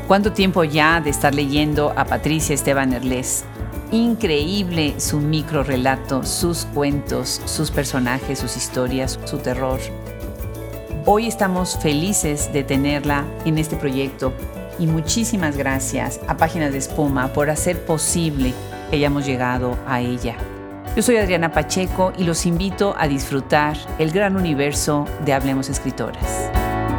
¿Cuánto tiempo ya de estar leyendo a Patricia Esteban Herlés? Increíble su microrrelato, sus cuentos, sus personajes, sus historias, su terror. Hoy estamos felices de tenerla en este proyecto y muchísimas gracias a Páginas de Espuma por hacer posible que hayamos llegado a ella. Yo soy Adriana Pacheco y los invito a disfrutar el gran universo de Hablemos Escritoras.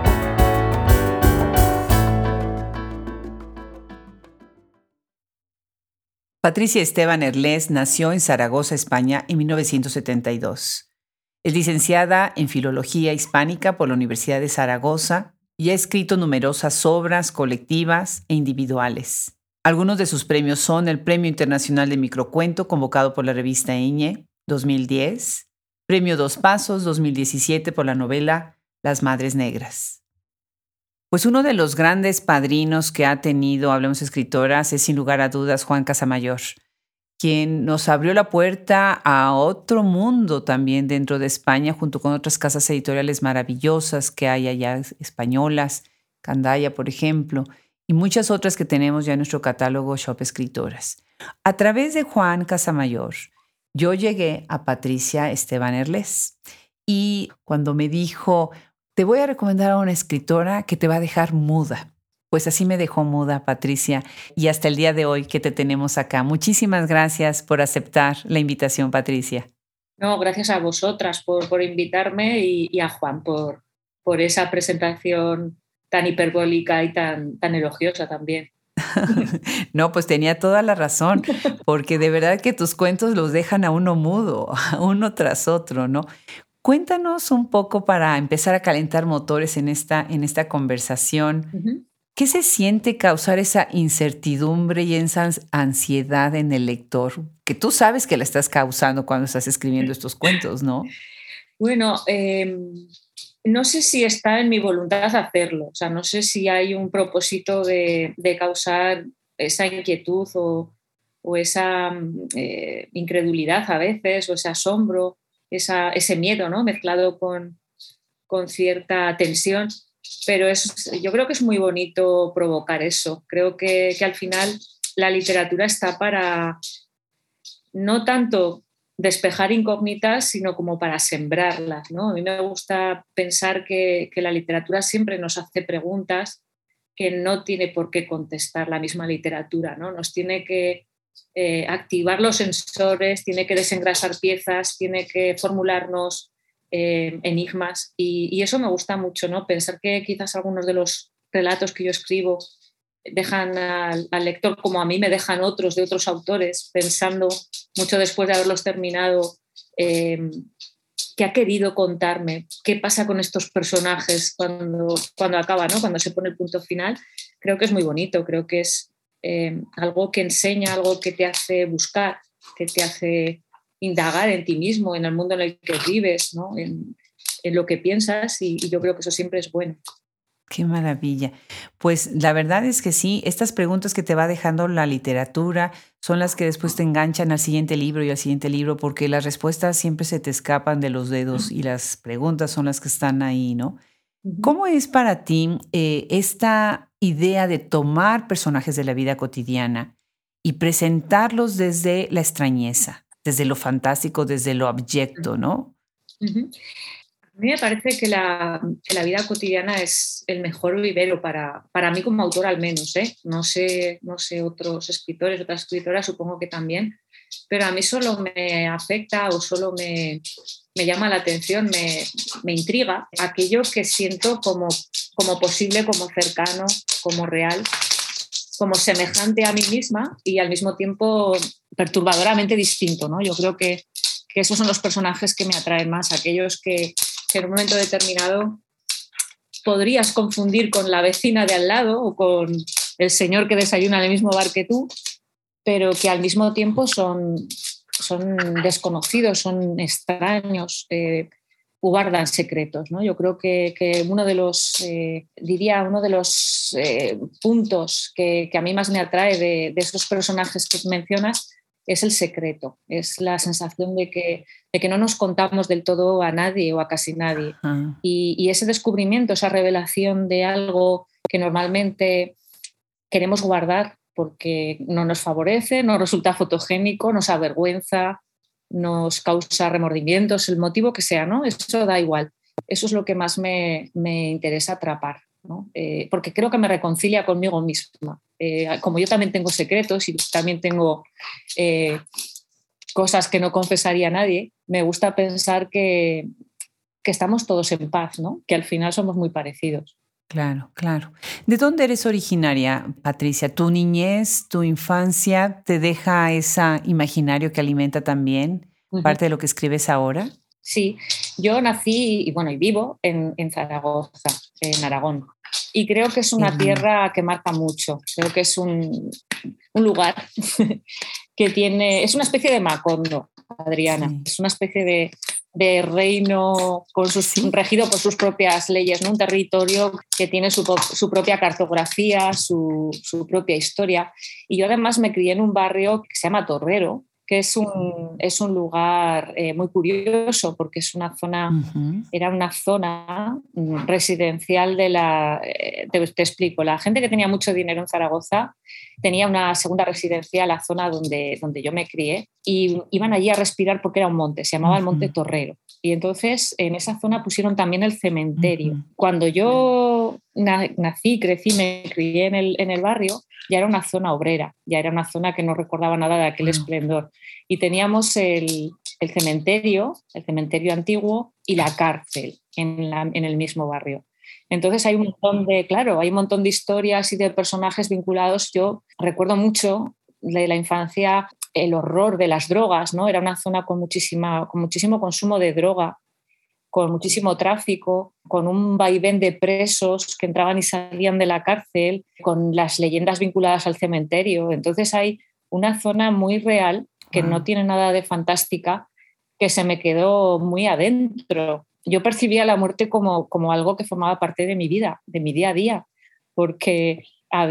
Patricia Esteban Herlés nació en Zaragoza, España, en 1972. Es licenciada en Filología Hispánica por la Universidad de Zaragoza y ha escrito numerosas obras colectivas e individuales. Algunos de sus premios son el Premio Internacional de Microcuento, convocado por la revista Eñe, 2010, Premio Dos Pasos, 2017, por la novela Las Madres Negras. Pues uno de los grandes padrinos que ha tenido Hablemos Escritoras es sin lugar a dudas Juan Casamayor, quien nos abrió la puerta a otro mundo también dentro de España, junto con otras casas editoriales maravillosas que hay allá, españolas, Candaya, por ejemplo, y muchas otras que tenemos ya en nuestro catálogo Shop Escritoras. A través de Juan Casamayor, yo llegué a Patricia Esteban Herlés, y cuando me dijo, te voy a recomendar a una escritora que te va a dejar muda. Pues así me dejó muda, Patricia, y hasta el día de hoy que te tenemos acá. Muchísimas gracias por aceptar la invitación, Patricia. No, gracias a vosotras por invitarme y a Juan por esa presentación tan hiperbólica y tan elogiosa también. No, pues tenía toda la razón, porque de verdad que tus cuentos los dejan a uno mudo, a uno tras otro, ¿no? Cuéntanos un poco para empezar a calentar motores en esta conversación. Uh-huh. ¿Qué se siente causar esa incertidumbre y esa ansiedad en el lector? Que tú sabes que la estás causando cuando estás escribiendo estos cuentos, ¿no? Bueno, no sé si está en mi voluntad hacerlo. O sea, no sé si hay un propósito de causar esa inquietud o esa incredulidad a veces, o ese asombro, ese miedo, ¿no? Mezclado con cierta tensión. Pero yo creo que es muy bonito provocar eso. Creo que al final la literatura está para no tanto despejar incógnitas, sino como para sembrarlas, ¿no? A mí me gusta pensar que la literatura siempre nos hace preguntas que no tiene por qué contestar la misma literatura, ¿no? Nos tiene que activar los sensores, tiene que desengrasar piezas, tiene que formularnos enigmas y eso me gusta mucho, ¿no? Pensar que quizás algunos de los relatos que yo escribo dejan al lector, como a mí me dejan otros de otros autores, pensando mucho después de haberlos terminado qué ha querido contarme, qué pasa con estos personajes cuando acaba, ¿no? Cuando se pone el punto final. Creo que es muy bonito, creo que es algo que enseña, algo que te hace buscar, que te hace indagar en ti mismo, en el mundo en el que vives, ¿no? en lo que piensas y yo creo que eso siempre es bueno. Qué maravilla. Pues la verdad es que sí, estas preguntas que te va dejando la literatura son las que después te enganchan al siguiente libro y al siguiente libro, porque las respuestas siempre se te escapan de los dedos y las preguntas son las que están ahí, ¿no? Uh-huh. ¿Cómo es para ti esta idea de tomar personajes de la vida cotidiana y presentarlos desde la extrañeza, desde lo fantástico, desde lo abyecto, ¿no? Uh-huh. A mí me parece que la vida cotidiana es el mejor vivero para mí como autora al menos, ¿eh? No sé otros escritores, otras escritoras, supongo que también, pero a mí solo me afecta o solo me llama la atención, me intriga aquello que siento como posible, como cercano, como real, como semejante a mí misma y al mismo tiempo perturbadoramente distinto, ¿no? Yo creo que esos son los personajes que me atraen más, aquellos que en un momento determinado podrías confundir con la vecina de al lado o con el señor que desayuna en el mismo bar que tú, pero que al mismo tiempo son desconocidos, son extraños, guardan secretos, ¿no? Yo creo que uno de los, puntos que a mí más me atrae de esos personajes que mencionas es el secreto, es la sensación de que no nos contamos del todo a nadie o a casi nadie. Y ese descubrimiento, esa revelación de algo que normalmente queremos guardar porque no nos favorece, no resulta fotogénico, nos avergüenza, nos causa remordimientos, el motivo que sea, ¿no? Eso da igual. Eso es lo que más me interesa atrapar, ¿no? Porque creo que me reconcilia conmigo misma. Como yo también tengo secretos y también tengo cosas que no confesaría a nadie, me gusta pensar que estamos todos en paz, ¿no? Que al final somos muy parecidos. Claro, claro. ¿De dónde eres originaria, Patricia? ¿Tu niñez, tu infancia te deja ese imaginario que alimenta también Uh-huh. parte de lo que escribes ahora? Sí, yo nací y vivo en Zaragoza, en Aragón. Y creo que es Qué una lindo. tierra que marca mucho. Creo que es un lugar que tiene, es una especie de Macondo, Adriana. Sí. Es una especie de reino Sí. regido por sus propias leyes, ¿no? Un territorio que tiene su propia cartografía, su propia historia. Y yo además me crié en un barrio que se llama Torrero, que es un lugar muy curioso porque Ujú. era una zona residencial te explico, la gente que tenía mucho dinero en Zaragoza tenía una segunda residencia en la zona donde yo me crié y iban allí a respirar porque era un monte, se llamaba el Ujú. Monte Torrero. Y entonces en esa zona pusieron también el cementerio. Ujú. Cuando yo nací, crecí, me crié en el barrio, ya era una zona obrera, ya era una zona que no recordaba nada de aquel Wow. esplendor. Y teníamos el cementerio antiguo y la cárcel en el mismo barrio. Entonces hay hay un montón de historias y de personajes vinculados. Yo recuerdo mucho de la infancia el horror de las drogas, ¿no? Era una zona con muchísimo consumo de droga, con muchísimo tráfico, con un vaivén de presos que entraban y salían de la cárcel, con las leyendas vinculadas al cementerio. Entonces hay una zona muy real que no tiene nada de fantástica, que se me quedó muy adentro. Yo percibía la muerte como algo que formaba parte de mi vida, de mi día a día, porque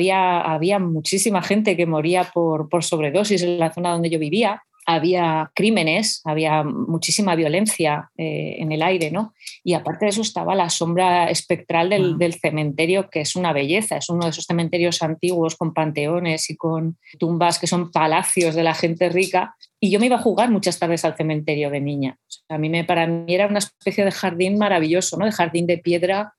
había muchísima gente que moría por sobredosis en la zona donde yo vivía, había crímenes, había muchísima violencia en el aire, ¿no? Y aparte de eso estaba la sombra espectral Wow. del cementerio, que es una belleza, es uno de esos cementerios antiguos con panteones y con tumbas que son palacios de la gente rica. Y yo me iba a jugar muchas tardes al cementerio de niña. O sea, para mí era una especie de jardín maravilloso, ¿no? De jardín de piedra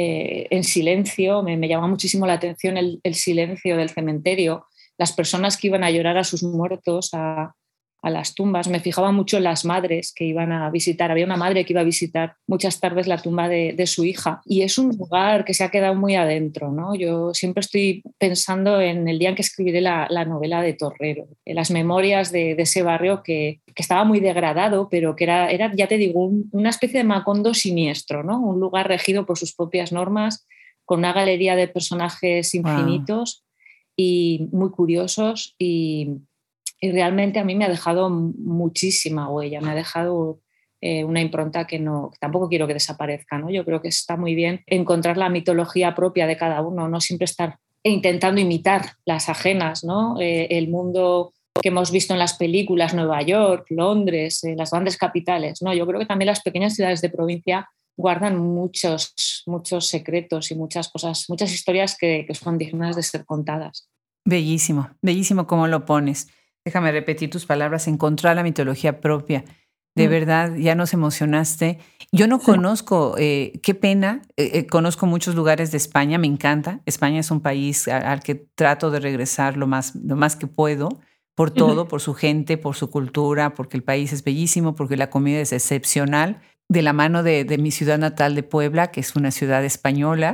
en silencio. Me llamaba muchísimo la atención el silencio del cementerio, las personas que iban a llorar a sus muertos, a las tumbas. Me fijaba mucho en las madres que iban a visitar. Había una madre que iba a visitar muchas tardes la tumba de su hija. Y es un lugar que se ha quedado muy adentro, ¿no? Yo siempre estoy pensando en el día en que escribiré la novela de Torrero, en las memorias de ese barrio que estaba muy degradado, pero que era ya te digo, una especie de Macondo siniestro, ¿no? Un lugar regido por sus propias normas, con una galería de personajes Wow. infinitos y muy curiosos y realmente a mí me ha dejado muchísima huella, me ha dejado una impronta que tampoco quiero que desaparezca, ¿no? Yo creo que está muy bien encontrar la mitología propia de cada uno, no siempre estar intentando imitar las ajenas, ¿no? El mundo que hemos visto en las películas, Nueva York, Londres, las grandes capitales, ¿no? Yo creo que también las pequeñas ciudades de provincia guardan muchos secretos y muchas cosas, muchas historias que son dignas de ser contadas. Bellísimo, bellísimo cómo lo pones. Déjame repetir tus palabras, encontrar la mitología propia. De Mm. verdad, ya nos emocionaste. Yo no conozco, qué pena, conozco muchos lugares de España, me encanta. España es un país al que trato de regresar lo más que puedo, por todo, por su gente, por su cultura, porque el país es bellísimo, porque la comida es excepcional. De la mano de mi ciudad natal de Puebla, que es una ciudad española,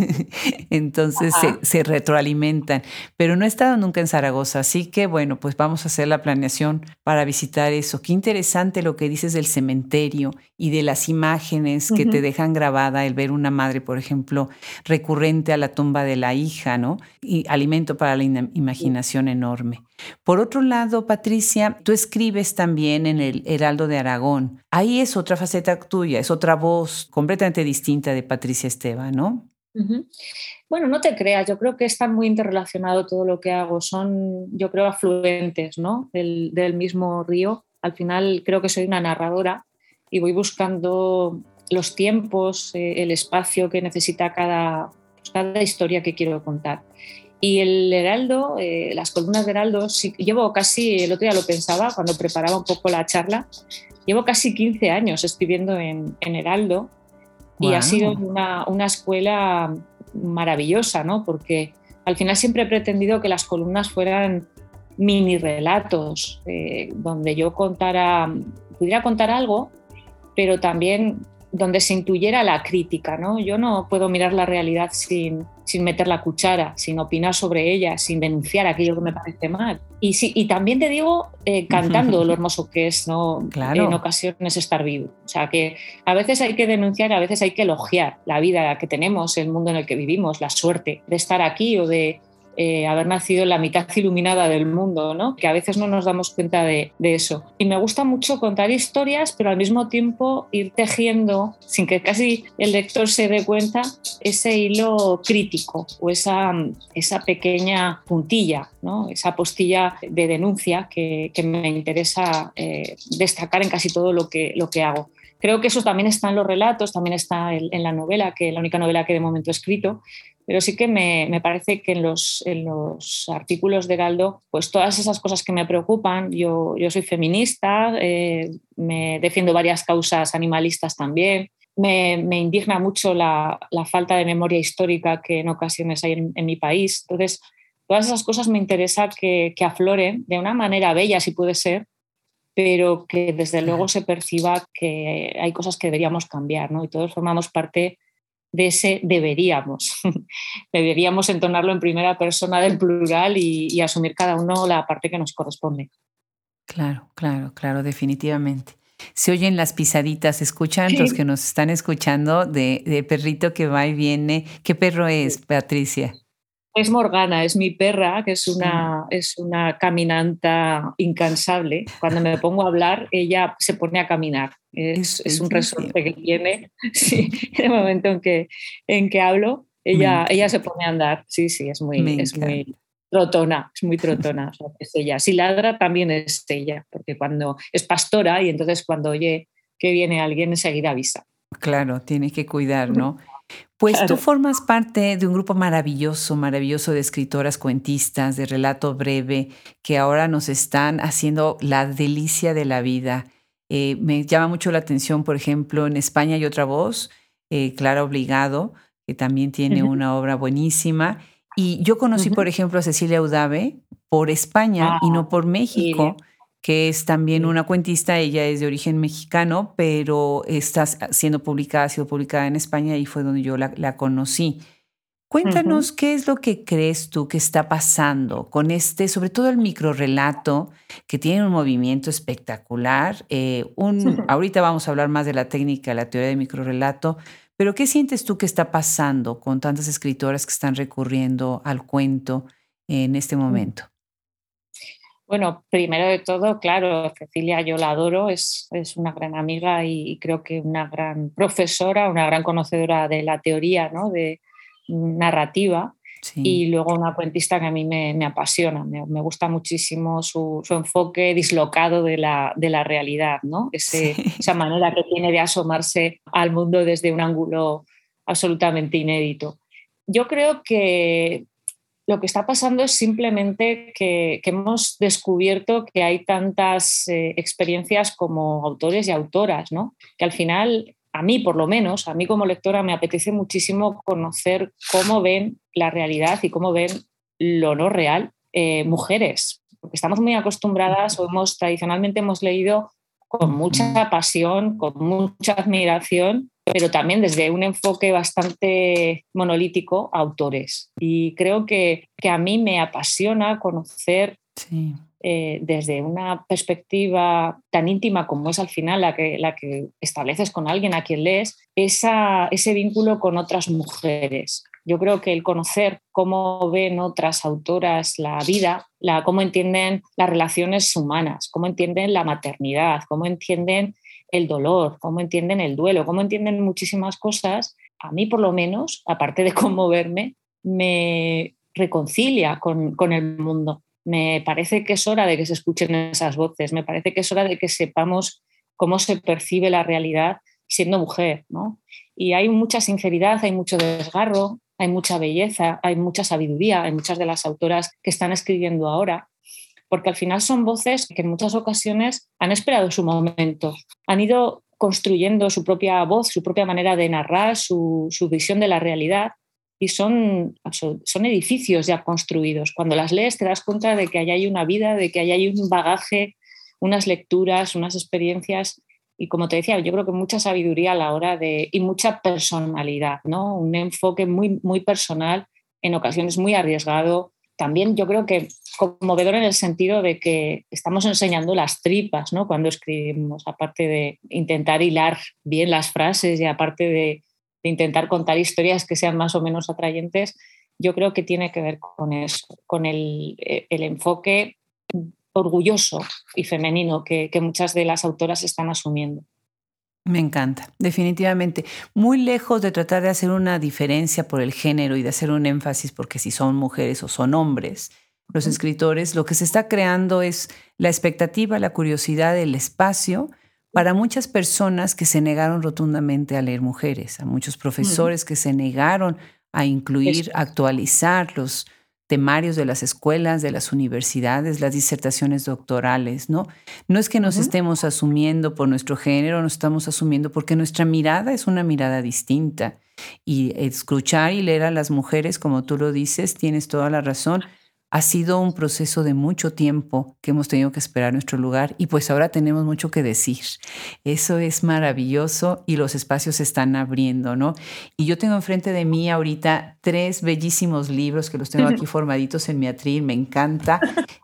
entonces Ajá. se retroalimentan. Pero no he estado nunca en Zaragoza, así que bueno, pues vamos a hacer la planeación para visitar eso. Qué interesante lo que dices del cementerio y de las imágenes que te Ujú. dejan grabada el ver una madre, por ejemplo, recurrente a la tumba de la hija, ¿no? Y alimento para la imaginación enorme. Por otro lado, Patricia, tú escribes también en el Heraldo de Aragón. Ahí es otra faceta tuya, es otra voz completamente distinta de Patricia Esteva, ¿no? Ujú. Bueno, no te creas, yo creo que está muy interrelacionado todo lo que hago. Son, yo creo, afluentes, ¿no? Del mismo río. Al final creo que soy una narradora y voy buscando los tiempos, el espacio que necesita cada historia que quiero contar. Y el Heraldo, las columnas de Heraldo, sí, llevo casi, el otro día lo pensaba cuando preparaba un poco la charla, llevo casi 15 años escribiendo en Heraldo y ha sido Wow. una escuela maravillosa, ¿no? Porque al final siempre he pretendido que las columnas fueran mini relatos, donde yo pudiera contar algo, pero también donde se intuyera la crítica, ¿no? Yo no puedo mirar la realidad sin meter la cuchara, sin opinar sobre ella, sin denunciar aquello que me parece mal. Y también te digo, cantando lo hermoso que es, ¿no? En Claro. ocasiones estar vivo. O sea, que a veces hay que denunciar, a veces hay que elogiar la vida que tenemos, el mundo en el que vivimos, la suerte de estar aquí o de haber nacido en la mitad iluminada del mundo, ¿no? Que a veces no nos damos cuenta de eso. Y me gusta mucho contar historias, pero al mismo tiempo ir tejiendo, sin que casi el lector se dé cuenta, ese hilo crítico o esa pequeña puntilla, ¿no? Esa postilla de denuncia que me interesa destacar en casi todo lo que hago. Creo que eso también está en los relatos, también está en la novela, que la única novela que de momento he escrito, pero sí que me parece que en los artículos de Heraldo, pues todas esas cosas que me preocupan, yo soy feminista, me defiendo varias causas animalistas también, me indigna mucho la falta de memoria histórica que en ocasiones hay en mi país. Entonces, todas esas cosas me interesa que afloren de una manera bella, si puede ser, pero que desde luego Claro. se perciba que hay cosas que deberíamos cambiar, ¿no? Y todos formamos parte de ese deberíamos. Deberíamos entonarlo en primera persona del plural y asumir cada uno la parte que nos corresponde. Claro, claro, claro, definitivamente. Se oyen las pisaditas, ¿se escuchan los que nos están escuchando de perrito que va y viene? ¿Qué perro es, Patricia? Es Morgana, es mi perra, que Mm, es una caminanta incansable. Cuando me pongo a hablar, ella se pone a caminar. es Es un bellísimo. resorte que tiene. Sí, en el momento en que hablo, Me ella se encanta, pone a andar. Sí, sí, me es muy encanta. trotona, es muy trotona. O sea, es ella. Si ladra, también es ella, porque cuando es pastora y entonces cuando oye que viene alguien, enseguida avisa. Claro, tiene que cuidar, ¿no? Pues tú Claro. formas parte de un grupo maravilloso, maravilloso de escritoras cuentistas, de relato breve, que ahora nos están haciendo la delicia de la vida. Me llama mucho la atención, por ejemplo, en España hay otra voz, Clara Obligado, que también tiene Ujú, una obra buenísima. Y yo conocí, por ujú. ejemplo, a Cecilia Udave por España y Ah, no por Lilia, México, que es también sí. una cuentista, ella es de origen mexicano, pero está siendo publicada, ha sido publicada en España y fue donde yo la conocí. Ujú. Cuéntanos qué es lo que crees tú que está pasando con este, sobre todo el microrrelato, que tiene un movimiento espectacular. Ahorita vamos a hablar más de la técnica, la teoría del microrrelato, pero ¿qué sientes tú que está pasando con tantas escritoras que están recurriendo al cuento en este momento? Bueno, primero de todo, claro, Cecilia yo la adoro, es una gran amiga y creo que una gran profesora, una gran conocedora de la teoría, ¿no? De narrativa Sí, y luego una cuentista que a mí me apasiona, me gusta muchísimo su enfoque dislocado de la realidad, ¿no? Esa sí, manera que tiene de asomarse al mundo desde un ángulo absolutamente inédito. Yo creo que lo que está pasando es simplemente que hemos descubierto que hay tantas experiencias como autores y autoras, ¿no? Que al final, a mí por lo menos, a mí como lectora me apetece muchísimo conocer cómo ven la realidad y cómo ven lo no real mujeres, porque estamos muy acostumbradas o tradicionalmente hemos leído con ujú, mucha pasión, con mucha admiración, pero también desde un enfoque bastante monolítico a autores. Y creo que a mí me apasiona conocer sí, desde una perspectiva tan íntima como es al final la que estableces con alguien a quien lees, ese vínculo con otras mujeres. Yo creo que el conocer cómo ven otras autoras la vida, cómo entienden las relaciones humanas, cómo entienden la maternidad, cómo entienden el dolor, cómo entienden el duelo, cómo entienden muchísimas cosas, a mí por lo menos, aparte de conmoverme, me reconcilia con el mundo. Me parece que es hora de que se escuchen esas voces, me parece que es hora de que sepamos cómo se percibe la realidad siendo mujer, ¿no? Y hay mucha sinceridad, hay mucho desgarro, hay mucha belleza, hay mucha sabiduría, hay muchas de las autoras que están escribiendo ahora, porque al final son voces que en muchas ocasiones han esperado su momento, han ido construyendo su propia voz, su propia manera de narrar, su visión de la realidad, y son edificios ya construidos. Cuando las lees te das cuenta de que ahí hay una vida, de que ahí hay un bagaje, unas lecturas, unas experiencias, y como te decía, yo creo que mucha sabiduría a la hora y mucha personalidad, ¿no? Un enfoque muy, muy personal, en ocasiones muy arriesgado. También yo creo que conmovedor en el sentido de que estamos enseñando las tripas, ¿no? Cuando escribimos, aparte de intentar hilar bien las frases y aparte de intentar contar historias que sean más o menos atrayentes, yo creo que tiene que ver con eso, con el enfoque orgulloso y femenino que muchas de las autoras están asumiendo. Me encanta, definitivamente. Muy lejos de tratar de hacer una diferencia por el género y de hacer un énfasis porque si son mujeres o son hombres, los escritores, lo que se está creando es la expectativa, la curiosidad, el espacio para muchas personas que se negaron rotundamente a leer mujeres, a muchos profesores que se negaron a incluir, Eso. actualizar los temarios de las escuelas, de las universidades, las disertaciones doctorales, ¿no? No es que nos estemos asumiendo por nuestro género, nos estamos asumiendo porque nuestra mirada es una mirada distinta. Y escuchar y leer a las mujeres, como tú lo dices, tienes toda la razón, ha sido un proceso de mucho tiempo que hemos tenido que esperar nuestro lugar y pues ahora tenemos mucho que decir. Eso es maravilloso y los espacios se están abriendo, ¿no? Y yo tengo enfrente de mí ahorita 3 bellísimos libros que los tengo aquí formaditos en mi atril, me encanta.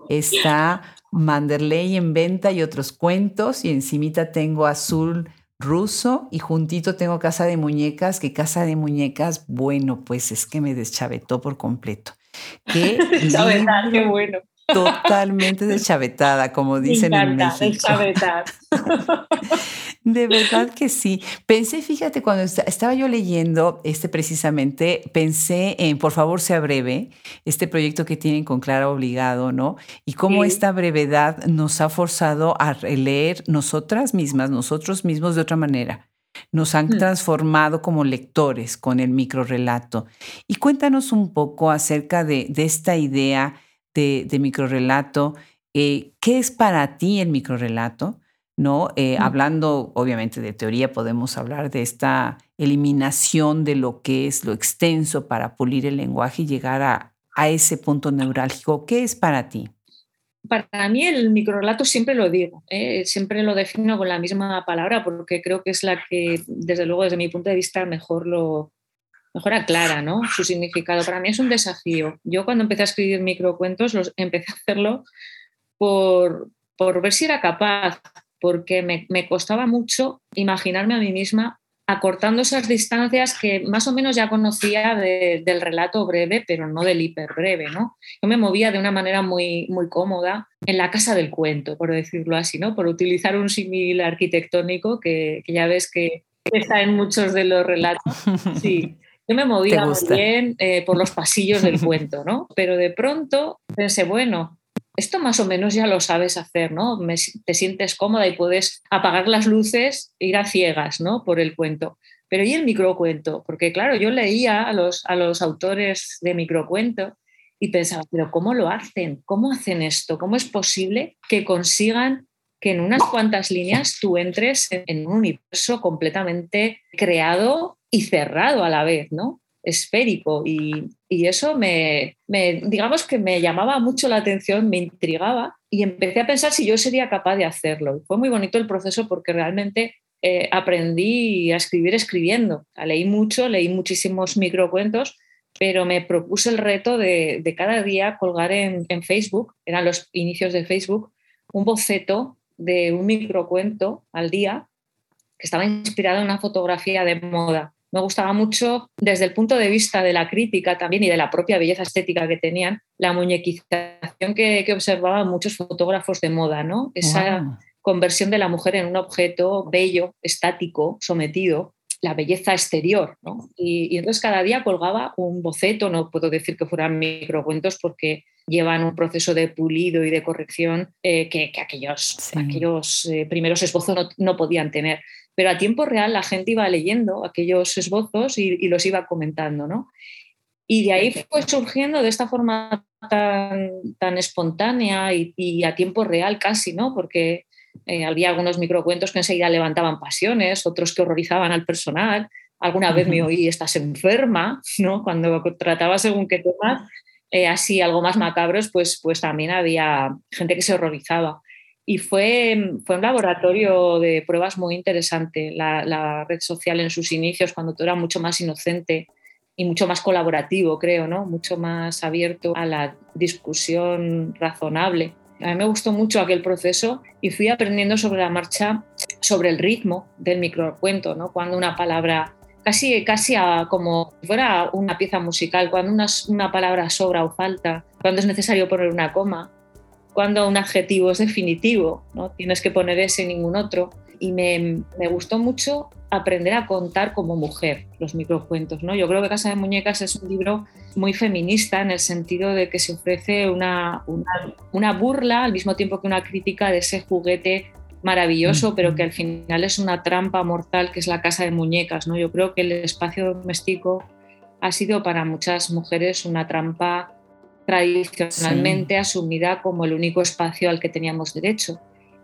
Está Manderley en venta y otros cuentos y encimita tengo Azul Ruso y juntito tengo Casa de Muñecas, que Casa de Muñecas, bueno, pues es que me deschavetó por completo. Qué Chavetar, qué libro bueno. totalmente deschavetada, como Me dicen en encanta, el México. chavetar. De verdad que sí. Pensé, fíjate, cuando estaba yo leyendo precisamente, pensé en Por favor sea breve, este proyecto que tienen con Clara Obligado, ¿no? Y cómo Sí. esta brevedad nos ha forzado a releer nosotras mismas, nosotros mismos de otra manera. Nos han transformado como lectores con el microrrelato. Y cuéntanos un poco acerca de esta idea de microrrelato. ¿Qué es para ti el microrrelato? ¿No? Hablando obviamente de teoría, podemos hablar de esta eliminación de lo que es lo extenso para pulir el lenguaje y llegar a ese punto neurálgico. ¿Qué es para ti? Para mí el microrrelato siempre lo digo, siempre lo defino con la misma palabra porque creo que es la que, desde luego, desde mi punto de vista, mejor aclara, ¿no? Su significado. Para mí es un desafío. Yo cuando empecé a escribir microcuentos, empecé a hacerlo por ver si era capaz, porque me costaba mucho imaginarme a mí misma acortando esas distancias que más o menos ya conocía del relato breve, pero no del hiperbreve, ¿no? Yo me movía de una manera muy, muy cómoda en la casa del cuento, por decirlo así, ¿no? Por utilizar un símil arquitectónico que ya ves que está en muchos de los relatos. Sí, yo me ¿Te movía muy gusta? bien por los pasillos del cuento, ¿no? Pero de pronto pensé, bueno, esto más o menos ya lo sabes hacer, ¿no? Te sientes cómoda y puedes apagar las luces e ir a ciegas, ¿no? Por el cuento. Pero ¿y el microcuento? Porque claro, yo leía a los autores de microcuento y pensaba, pero ¿cómo lo hacen? ¿Cómo hacen esto? ¿Cómo es posible que consigan que en unas cuantas líneas tú entres en un universo completamente creado y cerrado a la vez, ¿no? Esférico y eso digamos que me llamaba mucho la atención, me intrigaba y empecé a pensar si yo sería capaz de hacerlo. Y fue muy bonito el proceso porque realmente aprendí a escribir escribiendo. Leí mucho, leí muchísimos microcuentos, pero me propuse el reto de cada día colgar en Facebook, eran los inicios de Facebook, un boceto de un microcuento al día que estaba inspirado en una fotografía de moda. Me gustaba mucho desde el punto de vista de la crítica también y de la propia belleza estética que tenían, la muñequización que observaban muchos fotógrafos de moda, ¿no? Esa Wow. conversión de la mujer en un objeto bello, estático, sometido, la belleza exterior, ¿no? Y entonces cada día colgaba un boceto, no puedo decir que fueran microcuentos porque llevan un proceso de pulido y de corrección que Sí. aquellos primeros esbozos no podían tener. Pero a tiempo real la gente iba leyendo aquellos esbozos y los iba comentando, ¿no? Y de ahí fue surgiendo de esta forma tan espontánea y a tiempo real casi, ¿no? Porque había algunos microcuentos que enseguida levantaban pasiones, otros que horrorizaban al personal. Alguna vez me oí, estás enferma, ¿no? Cuando trataba según qué temas, así algo más macabros, pues también había gente que se horrorizaba. Y fue un laboratorio de pruebas muy interesante, la red social en sus inicios, cuando todo era mucho más inocente y mucho más colaborativo, creo, ¿no? Mucho más abierto a la discusión razonable. A mí me gustó mucho aquel proceso y fui aprendiendo sobre la marcha, sobre el ritmo del microcuento, ¿no? Cuando una palabra, casi como si fuera una pieza musical, cuando una palabra sobra o falta, cuando es necesario poner una coma, cuando un adjetivo es definitivo, ¿no? Tienes que poner ese y ningún otro. Y me gustó mucho aprender a contar como mujer los microcuentos, ¿no? Yo creo que Casa de Muñecas es un libro muy feminista en el sentido de que se ofrece una burla al mismo tiempo que una crítica de ese juguete maravilloso, pero que al final es una trampa mortal que es la casa de muñecas, ¿no? Yo creo que el espacio doméstico ha sido para muchas mujeres una trampa tradicionalmente asumida como el único espacio al que teníamos derecho.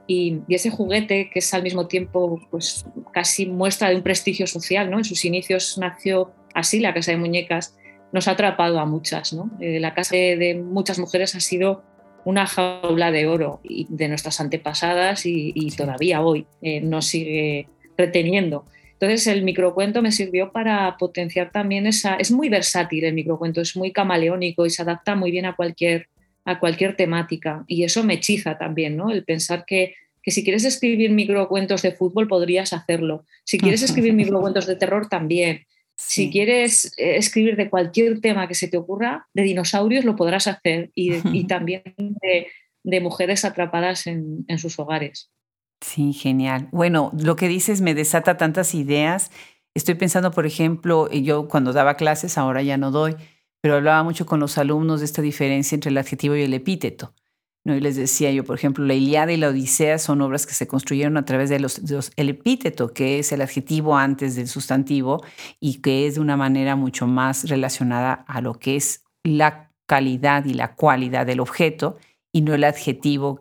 Y ese juguete, que es al mismo tiempo pues, casi muestra de un prestigio social, ¿no? En sus inicios nació así la Casa de Muñecas, nos ha atrapado a muchas, ¿no? La casa de muchas mujeres ha sido una jaula de oro de nuestras antepasadas y todavía hoy nos sigue reteniendo. Entonces el microcuento me sirvió para potenciar también esa... Es muy versátil el microcuento, es muy camaleónico y se adapta muy bien a cualquier temática. Y eso me hechiza también, ¿no? El pensar que si quieres escribir microcuentos de fútbol podrías hacerlo. Si quieres escribir microcuentos de terror también. Si quieres escribir de cualquier tema que se te ocurra, de dinosaurios lo podrás hacer y también de mujeres atrapadas en sus hogares. Sí, genial. Bueno, lo que dices me desata tantas ideas. Estoy pensando, por ejemplo, yo cuando daba clases, ahora ya no doy, pero hablaba mucho con los alumnos de esta diferencia entre el adjetivo y el epíteto, ¿no? Y les decía yo, por ejemplo, la Ilíada y la Odisea son obras que se construyeron a través de el epíteto, que es el adjetivo antes del sustantivo y que es de una manera mucho más relacionada a lo que es la calidad y la cualidad del objeto y no el adjetivo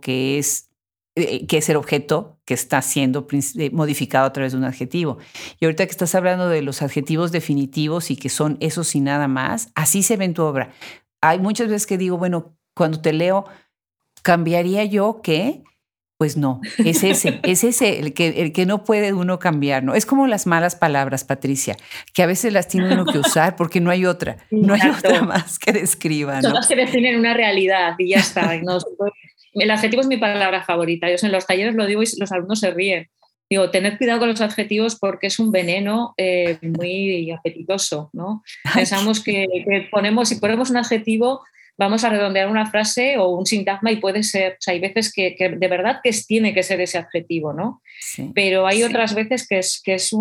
que es el objeto que está siendo modificado a través de un adjetivo. Y ahorita que estás hablando de los adjetivos definitivos y que son esos y nada más, así se ve en tu obra. Hay muchas veces que digo, bueno, cuando te leo, ¿cambiaría yo qué? Pues no, es ese el que no puede uno cambiar, ¿no? Es como las malas palabras, Patricia, que a veces las tiene uno que usar porque no hay otra, no hay otra más que describa, ¿no? Todas que definen una realidad y ya está. Y no, el adjetivo es mi palabra favorita. Yo en los talleres lo digo y los alumnos se ríen. Digo, tened cuidado con los adjetivos porque es un veneno muy apetitoso, ¿no? Pensamos que si ponemos un adjetivo vamos a redondear una frase o un sintagma y puede ser, o sea, hay veces que de verdad que tiene que ser ese adjetivo, ¿no? Sí, pero hay otras veces que es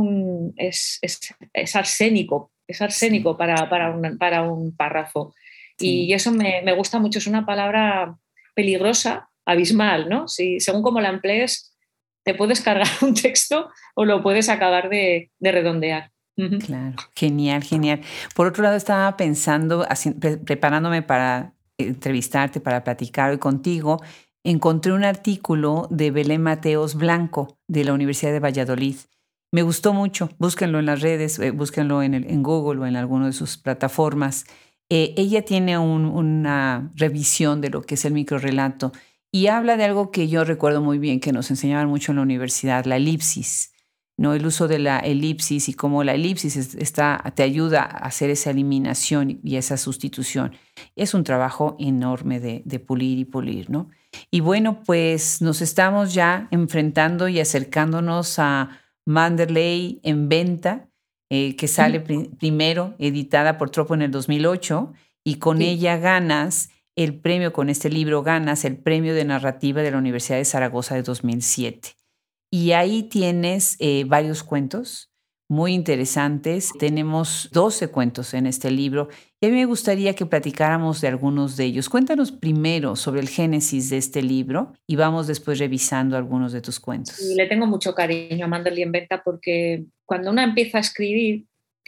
arsénico, para un párrafo. sí. Y eso me gusta mucho, es una palabra peligrosa, abismal, ¿no? Según cómo la emplees, te puedes cargar un texto o lo puedes acabar de redondear. Claro, genial, genial. Por otro lado, estaba pensando, preparándome para entrevistarte, para platicar hoy contigo, encontré un artículo de Belén Mateos Blanco de la Universidad de Valladolid. Me gustó mucho, búsquenlo en las redes, búsquenlo en Google o en alguna de sus plataformas. Ella tiene una revisión de lo que es el microrrelato y habla de algo que yo recuerdo muy bien, que nos enseñaban mucho en la universidad, la elipsis. ¿No? El uso de la elipsis y cómo la elipsis te ayuda a hacer esa eliminación y esa sustitución. Es un trabajo enorme de pulir y pulir, ¿no? Y bueno, pues nos estamos ya enfrentando y acercándonos a Manderley en venta, que sale primero, editada por Tropo en el 2008, y con ella ganas el premio, con este libro ganas el premio de narrativa de la Universidad de Zaragoza de 2007. Y ahí tienes varios cuentos muy interesantes. Tenemos 12 cuentos en este libro y a mí me gustaría que platicáramos de algunos de ellos. Cuéntanos primero sobre el génesis de este libro y vamos después revisando algunos de tus cuentos. Sí, le tengo mucho cariño a Manderley en venta porque cuando una empieza a escribir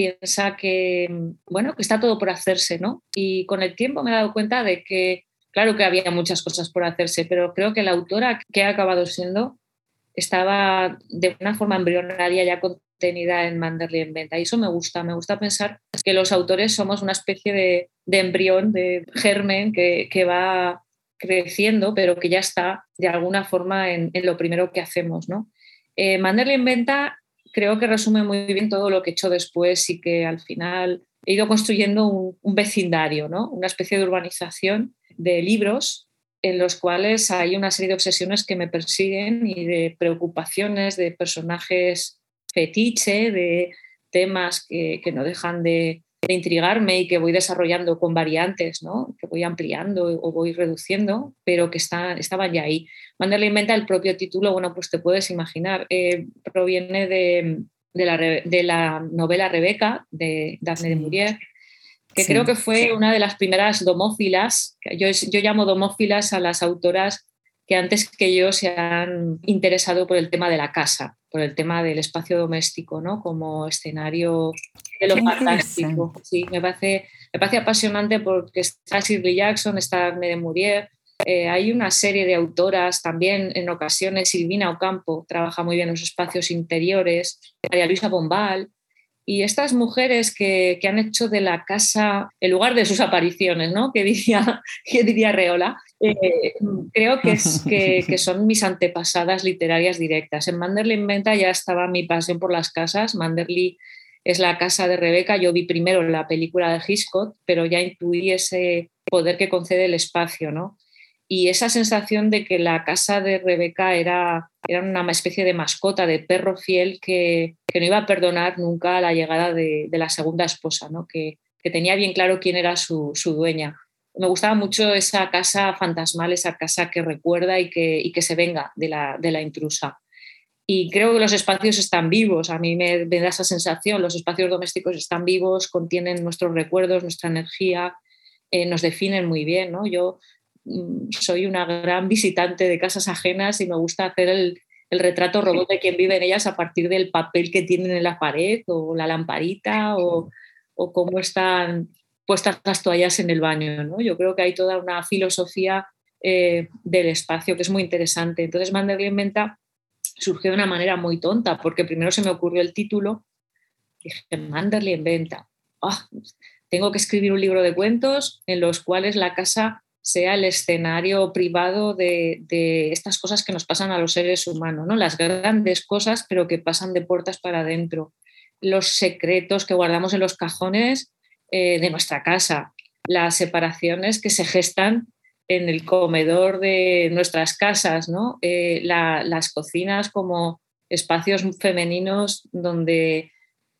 piensa que, bueno, que está todo por hacerse, ¿no? Y con el tiempo me he dado cuenta de que, claro que había muchas cosas por hacerse, pero creo que la autora que ha acabado siendo estaba de una forma embrionaria ya contenida en Manderley en Venta. Y eso me gusta pensar que los autores somos una especie de embrión, de germen que va creciendo, pero que ya está de alguna forma en lo primero que hacemos, ¿no? Manderley en Venta creo que resume muy bien todo lo que he hecho después y que al final he ido construyendo un vecindario, ¿no? Una especie de urbanización de libros en los cuales hay una serie de obsesiones que me persiguen y de preocupaciones, de personajes fetiche, de temas que no dejan de intrigarme y que voy desarrollando con variantes, ¿no? Que voy ampliando o voy reduciendo, pero que estaban ya ahí. Manderley inventa el propio título, bueno, pues te puedes imaginar, proviene de la novela Rebeca de Daphne du Maurier, que creo que fue una de las primeras domófilas. Yo llamo domófilas a las autoras que antes que yo se han interesado por el tema de la casa, por el tema del espacio doméstico, ¿no? Como escenario de lo fantástico. Sí, me parece apasionante porque está Shirley Jackson, está Daphne du Maurier. Hay una serie de autoras también, en ocasiones Silvina Ocampo trabaja muy bien los espacios interiores, María Luisa Bombal. Y estas mujeres que han hecho de la casa el lugar de sus apariciones, ¿no? Que diría Reola, creo que son mis antepasadas literarias directas. En Manderley en Venta ya estaba mi pasión por las casas. Manderley es la casa de Rebeca. Yo vi primero la película de Hitchcock, pero ya intuí ese poder que concede el espacio, ¿no? Y esa sensación de que la casa de Rebeca era una especie de mascota, de perro fiel que no iba a perdonar nunca la llegada de la segunda esposa, ¿no? Que tenía bien claro quién era su dueña. Me gustaba mucho esa casa fantasmal, esa casa que recuerda y que se venga de la intrusa. Y creo que los espacios están vivos, a mí me da esa sensación, los espacios domésticos están vivos, contienen nuestros recuerdos, nuestra energía, nos definen muy bien, ¿no? Yo soy una gran visitante de casas ajenas y me gusta hacer el retrato robot de quien vive en ellas a partir del papel que tienen en la pared o la lamparita o cómo están puestas las toallas en el baño, ¿no? Yo creo que hay toda una filosofía del espacio que es muy interesante. Entonces Manderley en Venta surgió de una manera muy tonta porque primero se me ocurrió el título y dije, Manderley en Venta. Tengo que escribir un libro de cuentos en los cuales la casa sea el escenario privado de estas cosas que nos pasan a los seres humanos, ¿no? Las grandes cosas, pero que pasan de puertas para adentro. Los secretos que guardamos en los cajones de nuestra casa. Las separaciones que se gestan en el comedor de nuestras casas, ¿no? Las cocinas como espacios femeninos donde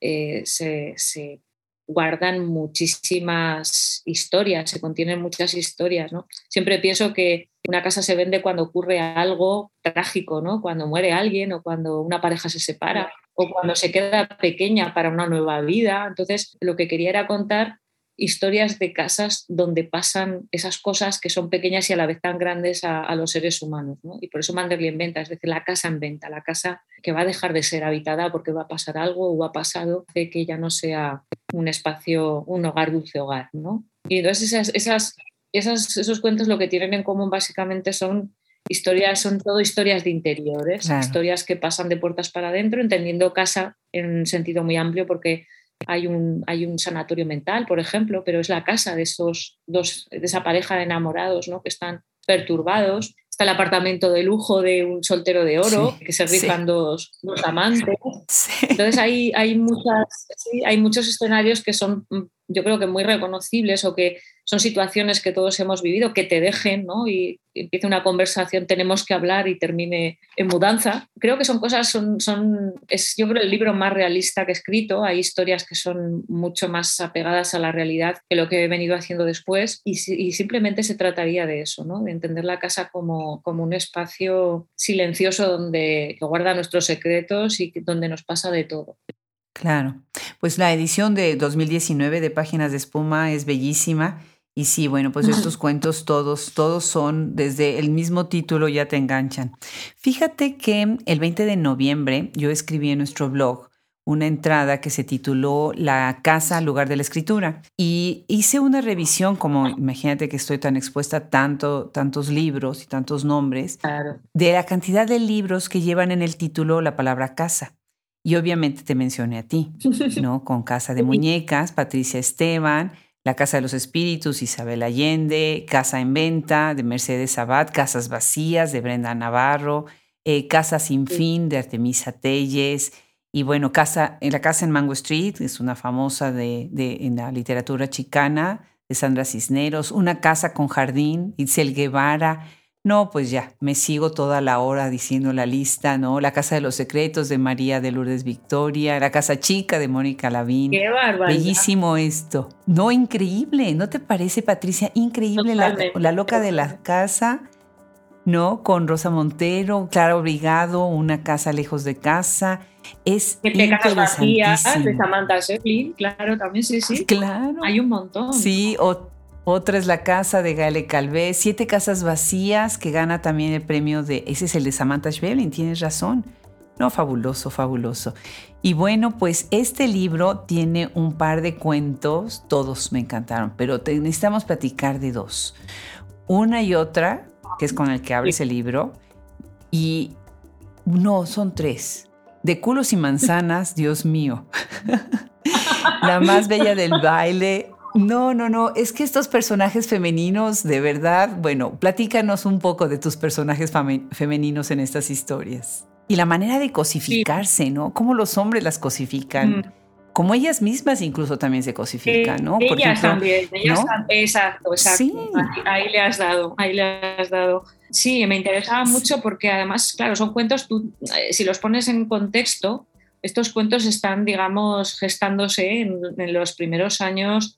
se guardan muchísimas historias, se contienen muchas historias, ¿no? Siempre pienso que una casa se vende cuando ocurre algo trágico, ¿no? Cuando muere alguien o cuando una pareja se separa o cuando se queda pequeña para una nueva vida. Entonces, lo que quería era contar historias de casas donde pasan esas cosas que son pequeñas y a la vez tan grandes a los seres humanos, ¿no? Y por eso Manderley en Venta, es decir, la casa en venta, la casa que va a dejar de ser habitada porque va a pasar algo o ha pasado de que ya no sea un espacio, un hogar, dulce hogar, ¿no? Y entonces esos cuentos lo que tienen en común básicamente son todo historias de interiores, claro. Historias que pasan de puertas para adentro, entendiendo casa en un sentido muy amplio porque hay un sanatorio mental, por ejemplo, pero es la casa de de esa pareja de enamorados, ¿no? Que están perturbados. Está el apartamento de lujo de un soltero de oro, sí, que se rifan dos amantes. Sí. Entonces hay muchos escenarios que son, yo creo que muy reconocibles o que son situaciones que todos hemos vivido, que te dejen, ¿no? Y empiece una conversación, tenemos que hablar y termine en mudanza. Creo que son cosas, es yo creo el libro más realista que he escrito. Hay historias que son mucho más apegadas a la realidad que lo que he venido haciendo después y simplemente se trataría de eso, ¿no? De entender la casa como un espacio silencioso donde que guarda nuestros secretos y donde nos pasa de todo. Claro, pues la edición de 2019 de Páginas de Espuma es bellísima. Y sí, bueno, pues estos cuentos todos son, desde el mismo título ya te enganchan. Fíjate que el 20 de noviembre yo escribí en nuestro blog una entrada que se tituló La casa al lugar de la escritura. Y hice una revisión, como imagínate que estoy tan expuesta a tantos libros y tantos nombres, Claro. de la cantidad de libros que llevan en el título la palabra casa. Y obviamente te mencioné a ti, ¿no? Con Casa de Muñecas, Patricia Esteban, La Casa de los Espíritus, Isabel Allende, Casa en Venta, de Mercedes Abad, Casas Vacías, de Brenda Navarro, Casa Sin Fin, de Artemisa Telles, y bueno, La Casa en Mango Street, es una famosa en la literatura chicana, de Sandra Cisneros, Una Casa con Jardín, Itzel Guevara. No, pues ya, me sigo toda la hora diciendo la lista, ¿no? La Casa de los Secretos de María de Lourdes Victoria, La Casa Chica de Mónica Lavín. ¡Qué barbaridad! Bellísimo esto. No, increíble. ¿No te parece, Patricia? Increíble la loca de la casa, ¿no? Con Rosa Montero, Clara Obligado, Una casa lejos de casa. Es Casas Vacías, de interesantísimo. Samantha Schweblin, claro, también sí. Claro. Hay un montón. Sí, otra es La Casa de Gaele Calvé, Siete Casas Vacías, que gana también el premio ese es el de Samantha Schweblin, tienes razón. No, fabuloso, fabuloso. Y bueno, pues este libro tiene un par de cuentos, todos me encantaron, pero necesitamos platicar de dos. Una y otra, que es con el que abres el libro, y no, son tres. De culos y manzanas, Dios mío. La más bella del baile. No, es que estos personajes femeninos, de verdad, bueno, platícanos un poco de tus personajes femeninos en estas historias. Y la manera de cosificarse, ¿no? Cómo los hombres las cosifican. Como ellas mismas incluso también se cosifican, ¿no? Por ellas ejemplo, también, ¿no? Exacto. Sí. Ahí le has dado. Sí, me interesaba mucho porque además, claro, son cuentos, si los pones en contexto, estos cuentos están, digamos, gestándose en los primeros años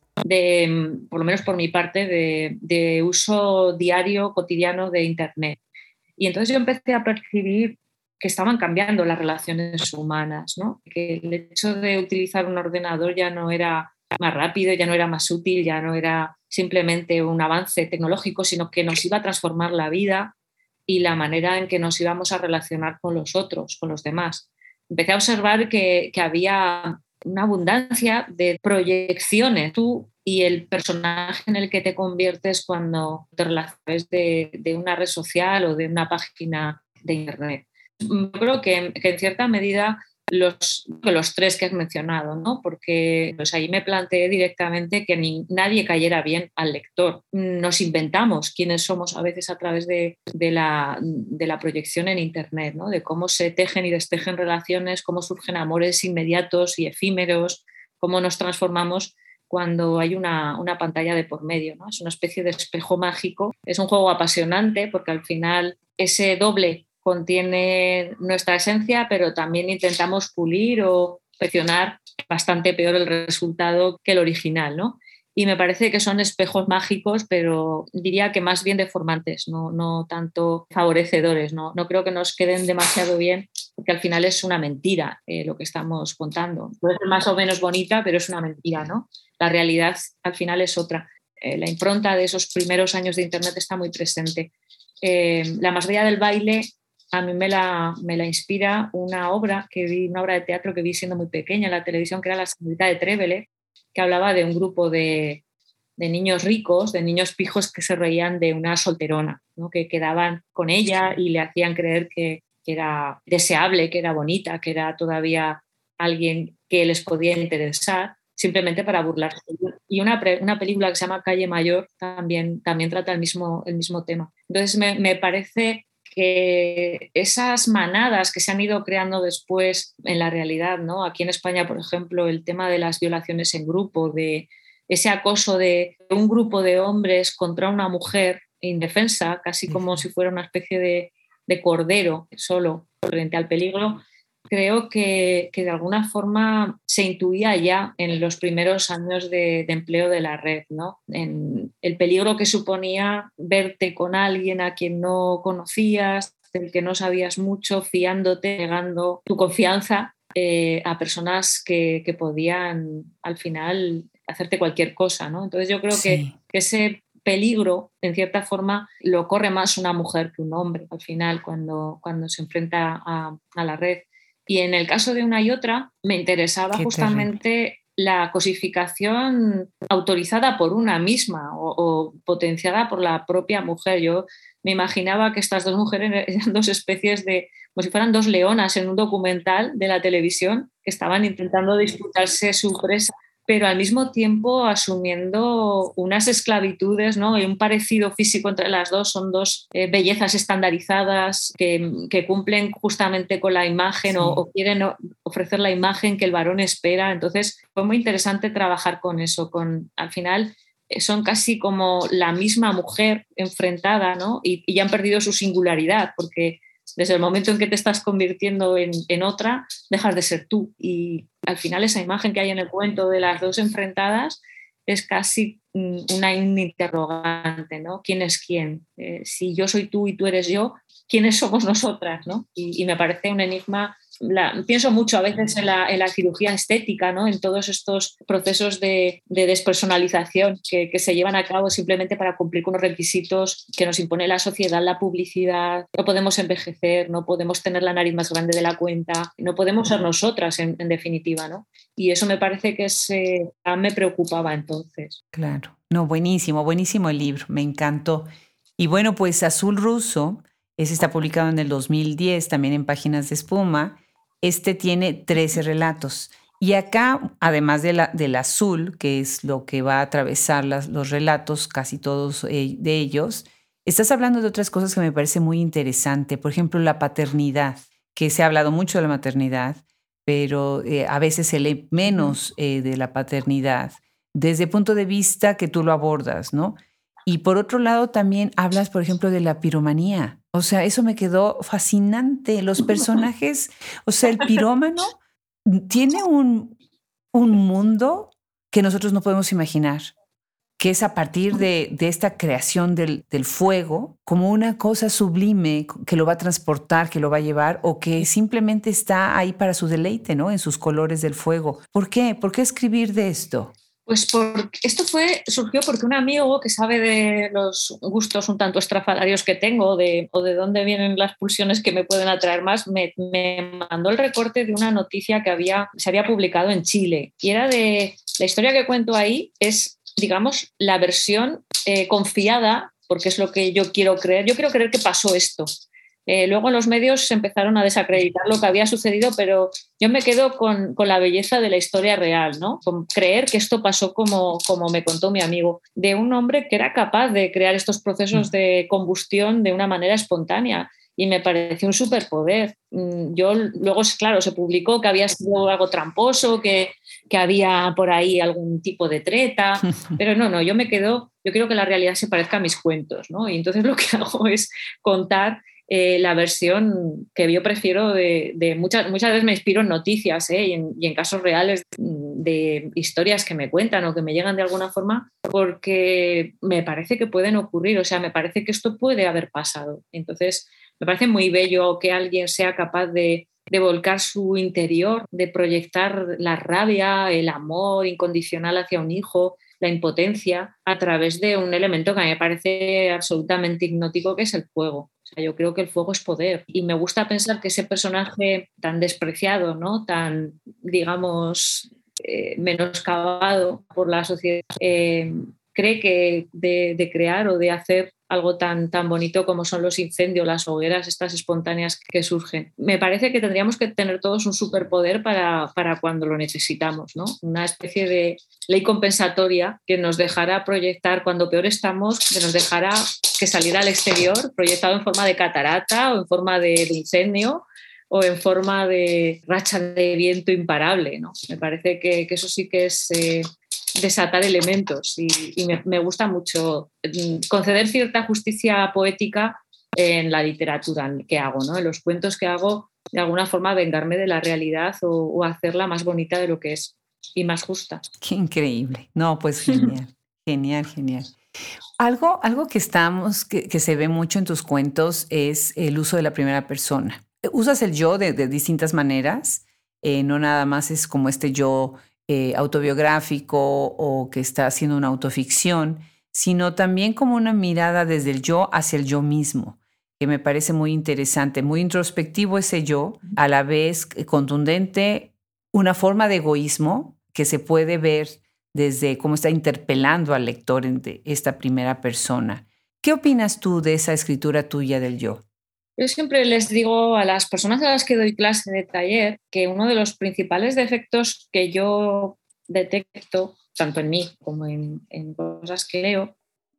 por lo menos por mi parte, de uso diario, cotidiano de Internet. Y entonces yo empecé a percibir que estaban cambiando las relaciones humanas, ¿no? Que el hecho de utilizar un ordenador ya no era más rápido, ya no era más útil, ya no era simplemente un avance tecnológico, sino que nos iba a transformar la vida y la manera en que nos íbamos a relacionar con los otros, con los demás. Empecé a observar que había una abundancia de proyecciones, tú y el personaje en el que te conviertes cuando te relacionas de una red social o de una página de Internet. Yo creo que en cierta medida los tres que has mencionado, ¿no? Porque pues ahí me planteé directamente que nadie cayera bien al lector. Nos inventamos quiénes somos a veces a través de la proyección en Internet, ¿no? De cómo se tejen y destejen relaciones, cómo surgen amores inmediatos y efímeros, cómo nos transformamos cuando hay una pantalla de por medio, ¿no? Es una especie de espejo mágico. Es un juego apasionante porque al final ese doble contiene nuestra esencia, pero también intentamos pulir o perfeccionar bastante peor el resultado que el original, ¿no? Y me parece que son espejos mágicos, pero diría que más bien deformantes, no tanto favorecedores, ¿no? No creo que nos queden demasiado bien, porque al final es una mentira lo que estamos contando. Puede ser más o menos bonita, pero es una mentira, ¿no? La realidad al final es otra. La impronta de esos primeros años de Internet está muy presente. La más bella del baile a mí me la inspira una obra de teatro que vi siendo muy pequeña en la televisión, que era La Señorita de Trévele, que hablaba de un grupo de niños ricos, de niños pijos que se reían de una solterona, ¿no? Que quedaban con ella y le hacían creer que era deseable, que era bonita, que era todavía alguien que les podía interesar, simplemente para burlarse. Y una película que se llama Calle Mayor también trata el mismo tema. Entonces me parece que esas manadas que se han ido creando después en la realidad, ¿no? Aquí en España, por ejemplo, el tema de las violaciones en grupo, de ese acoso de un grupo de hombres contra una mujer indefensa, casi como si fuera una especie de cordero solo frente al peligro, creo que de alguna forma se intuía ya en los primeros años de empleo de la red, ¿no? En el peligro que suponía verte con alguien a quien no conocías, del que no sabías mucho, fiándote, negando tu confianza a personas que podían al final hacerte cualquier cosa, ¿no? Entonces yo creo que ese peligro, en cierta forma, lo corre más una mujer que un hombre al final cuando se enfrenta a la red. Y en el caso de una y otra, me interesaba Qué terrible. justamente la cosificación autorizada por una misma o potenciada por la propia mujer. Yo me imaginaba que estas dos mujeres eran dos especies de, como si fueran dos leonas en un documental de la televisión que estaban intentando disputarse su presa, pero al mismo tiempo asumiendo unas esclavitudes, ¿no? Y un parecido físico entre las dos. Son dos bellezas estandarizadas que cumplen justamente con la imagen Sí, o quieren ofrecer la imagen que el varón espera. Entonces fue muy interesante trabajar con eso, al final son casi como la misma mujer enfrentada, ¿no? Y ya han perdido su singularidad, porque desde el momento en que te estás convirtiendo en otra, dejas de ser tú. Y al final esa imagen que hay en el cuento de las dos enfrentadas es casi una interrogante, ¿no? ¿Quién es quién? Si yo soy tú y tú eres yo, ¿quiénes somos nosotras? ¿No? Y me parece un enigma. Pienso mucho a veces en la cirugía estética, ¿no? En todos estos procesos de despersonalización que se llevan a cabo simplemente para cumplir con los requisitos que nos impone la sociedad, la publicidad. No podemos envejecer, no podemos tener la nariz más grande de la cuenta, no podemos ser nosotras en definitiva, ¿no? Y eso me parece que me preocupaba entonces. claro. No, buenísimo, buenísimo el libro, me encantó. Y bueno, pues Azul Ruso, ese está publicado en el 2010, también en Páginas de Espuma. Este tiene 13 relatos. Y acá, además del azul, que es lo que va a atravesar los relatos, casi todos de ellos, estás hablando de otras cosas que me parece muy interesante. Por ejemplo, la paternidad, que se ha hablado mucho de la maternidad, pero a veces se lee Ujú. menos de la paternidad desde el punto de vista que tú lo abordas, ¿no? Y por otro lado, también hablas, por ejemplo, de la piromanía. O sea, eso me quedó fascinante. Los personajes, o sea, el pirómano tiene un mundo que nosotros no podemos imaginar, que es a partir de esta creación del fuego, como una cosa sublime que lo va a transportar, que lo va a llevar, o que simplemente está ahí para su deleite, ¿no? En sus colores del fuego. ¿Por qué? ¿Por qué escribir de esto? Pues esto surgió porque un amigo que sabe de los gustos un tanto estrafalarios que tengo o de dónde vienen las pulsiones que me pueden atraer más, me mandó el recorte de una noticia se había publicado en Chile. Y era de, la historia que cuento ahí es, digamos, la versión confiada, porque es lo que yo quiero creer. Yo quiero creer que pasó esto. Luego los medios empezaron a desacreditar lo que había sucedido, pero yo me quedo con la belleza de la historia real, ¿no? Con creer que esto pasó como me contó mi amigo, de un hombre que era capaz de crear estos procesos Mm. de combustión de una manera espontánea. Y me pareció un superpoder. Yo luego, claro, se publicó que había sido algo tramposo, que había por ahí algún tipo de treta, pero no, yo quiero que la realidad se parezca a mis cuentos, ¿no? Y entonces lo que hago es contar la versión que yo prefiero muchas veces me inspiro en noticias y en casos reales de historias que me cuentan o que me llegan de alguna forma porque me parece que pueden ocurrir, o sea, me parece que esto puede haber pasado. Entonces, me parece muy bello que alguien sea capaz de volcar su interior, de proyectar la rabia, el amor incondicional hacia un hijo, la impotencia, a través de un elemento que a mí me parece absolutamente hipnótico, que es el fuego. O sea, yo creo que el fuego es poder. Y me gusta pensar que ese personaje tan despreciado, ¿no? Tan, digamos, menoscabado por la sociedad, cree que de crear o de hacer algo tan bonito como son los incendios, las hogueras, estas espontáneas que surgen. Me parece que tendríamos que tener todos un superpoder para cuando lo necesitamos, ¿no? Una especie de ley compensatoria que nos dejará proyectar cuando peor estamos, que nos dejará que saliera al exterior proyectado en forma de catarata o en forma de incendio o en forma de racha de viento imparable, ¿no? Me parece que eso sí que es desatar elementos y me gusta mucho conceder cierta justicia poética en la literatura que hago, ¿no? En los cuentos que hago, de alguna forma vengarme de la realidad o hacerla más bonita de lo que es y más justa. Qué increíble. No, pues genial, genial, genial. Algo que que se ve mucho en tus cuentos es el uso de la primera persona. Usas el yo de distintas maneras, no nada más es como este yo autobiográfico o que está haciendo una autoficción, sino también como una mirada desde el yo hacia el yo mismo. que me parece muy interesante, muy introspectivo ese yo, a la vez contundente, una forma de egoísmo que se puede ver desde cómo está interpelando al lector en esta primera persona. ¿Qué opinas tú de esa escritura tuya del yo? Yo siempre les digo a las personas a las que doy clase de taller que uno de los principales defectos que yo detecto, tanto en mí como en cosas que leo,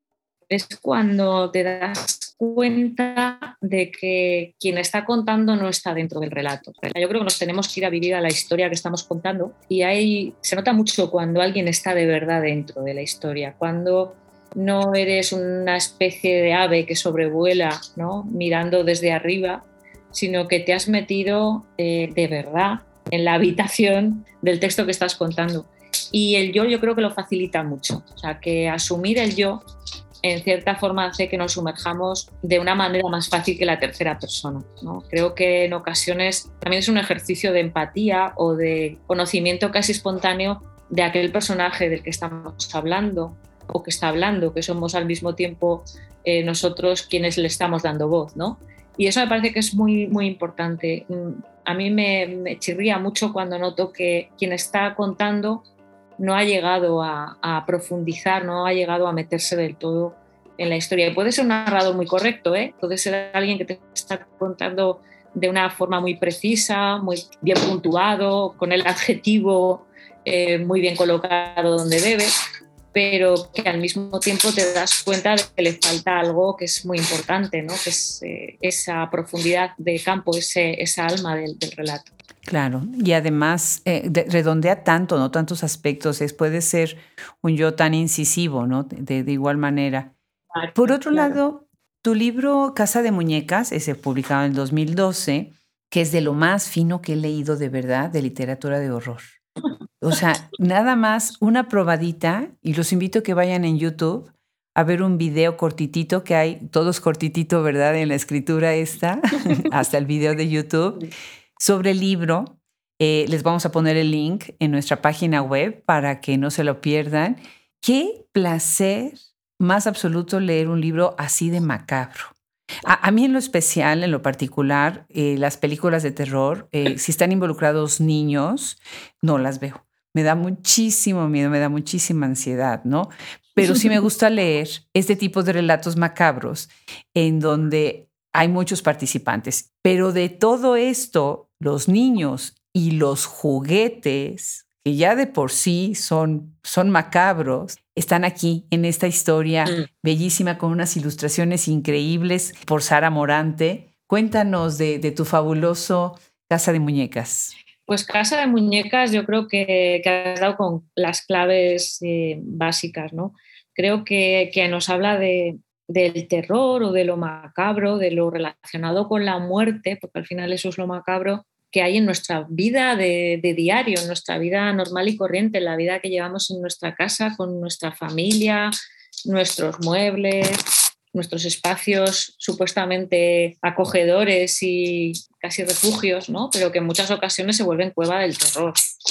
es cuando te das cuenta de que quien está contando no está dentro del relato. Yo creo que nos tenemos que ir a vivir a la historia que estamos contando y ahí se nota mucho cuando alguien está de verdad dentro de la historia, cuando no eres una especie de ave que sobrevuela, ¿no?, mirando desde arriba, sino que te has metido de verdad en la habitación del texto que estás contando. Y el yo creo que lo facilita mucho. O sea, que asumir el yo en cierta forma hace que nos sumerjamos de una manera más fácil que la tercera persona, ¿no? Creo que en ocasiones también es un ejercicio de empatía o de conocimiento casi espontáneo de aquel personaje del que estamos hablando o que está hablando, que somos al mismo tiempo nosotros quienes le estamos dando voz, ¿no? Y eso me parece que es muy, muy importante. A mí me chirría mucho cuando noto que quien está contando no ha llegado a profundizar, no ha llegado a meterse del todo en la historia. Y puede ser un narrador muy correcto, ¿eh? Puede ser alguien que te está contando de una forma muy precisa, muy bien puntuado, con el adjetivo muy bien colocado donde debe, pero que al mismo tiempo te das cuenta de que le falta algo que es muy importante, ¿no? Que es esa profundidad de campo, esa alma del relato. Claro, y además redondea tanto, ¿no? Tantos aspectos, puede ser un yo tan incisivo, ¿no? De igual manera. Por otro Claro. lado, tu libro Casa de Muñecas, ese publicado en el 2012, que es de lo más fino que he leído de verdad de literatura de horror. O sea, nada más una probadita, y los invito a que vayan en YouTube a ver un video cortitito que hay, todos cortitito, ¿verdad? En la escritura esta, hasta el video de YouTube, sobre el libro. Les vamos a poner el link en nuestra página web para que no se lo pierdan. Qué placer más absoluto leer un libro así de macabro. A mí en lo especial, en lo particular, las películas de terror, si están involucrados niños, no las veo. Me da muchísimo miedo, me da muchísima ansiedad, ¿no? Pero sí me gusta leer este tipo de relatos macabros en donde hay muchos participantes. Pero de todo esto, los niños y los juguetes, que ya de por sí son macabros, están aquí en esta historia bellísima con unas ilustraciones increíbles por Sara Morante. Cuéntanos de tu fabuloso Casa de Muñecas. Pues Casa de Muñecas yo creo que has dado con las claves básicas, ¿no? Creo que nos habla del terror o de lo macabro, de lo relacionado con la muerte, porque al final eso es lo macabro que hay en nuestra vida de diario, en nuestra vida normal y corriente, en la vida que llevamos en nuestra casa, con nuestra familia, nuestros muebles, nuestros espacios supuestamente acogedores y casi refugios, ¿no? Pero que en muchas ocasiones se vuelven cueva del terror.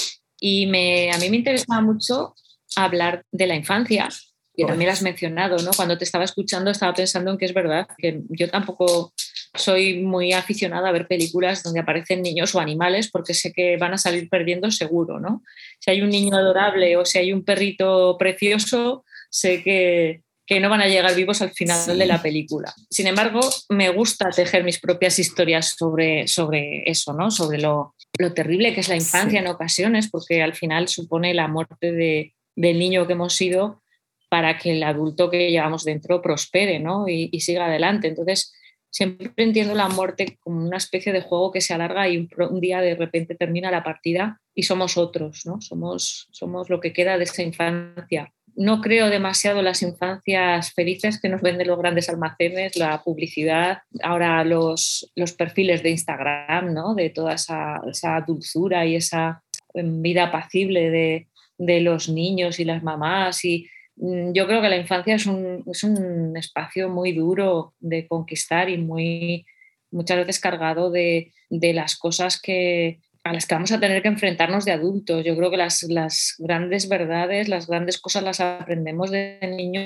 Y a mí me interesaba mucho hablar de la infancia, que también lo has mencionado, ¿no? Cuando te estaba escuchando estaba pensando en que es verdad, que yo tampoco soy muy aficionada a ver películas donde aparecen niños o animales porque sé que van a salir perdiendo seguro, ¿no? Si hay un niño adorable o si hay un perrito precioso, sé que no van a llegar vivos al final de la película. Sin embargo, me gusta tejer mis propias historias sobre eso, ¿no? Sobre lo terrible que es la infancia en ocasiones, porque al final supone la muerte del niño que hemos sido para que el adulto que llevamos dentro prospere, ¿no? y siga adelante. Entonces, siempre entiendo la muerte como una especie de juego que se alarga y un día de repente termina la partida y somos otros, ¿no? Somos lo que queda de esa infancia. No creo demasiado en las infancias felices que nos venden los grandes almacenes, la publicidad, ahora los perfiles de Instagram, ¿no? De toda esa dulzura y esa vida apacible de los niños y las mamás. Y yo creo que la infancia es un espacio muy duro de conquistar y muchas veces cargado de las cosas a las que vamos a tener que enfrentarnos de adultos. Yo creo que las grandes verdades, las grandes cosas las aprendemos de niños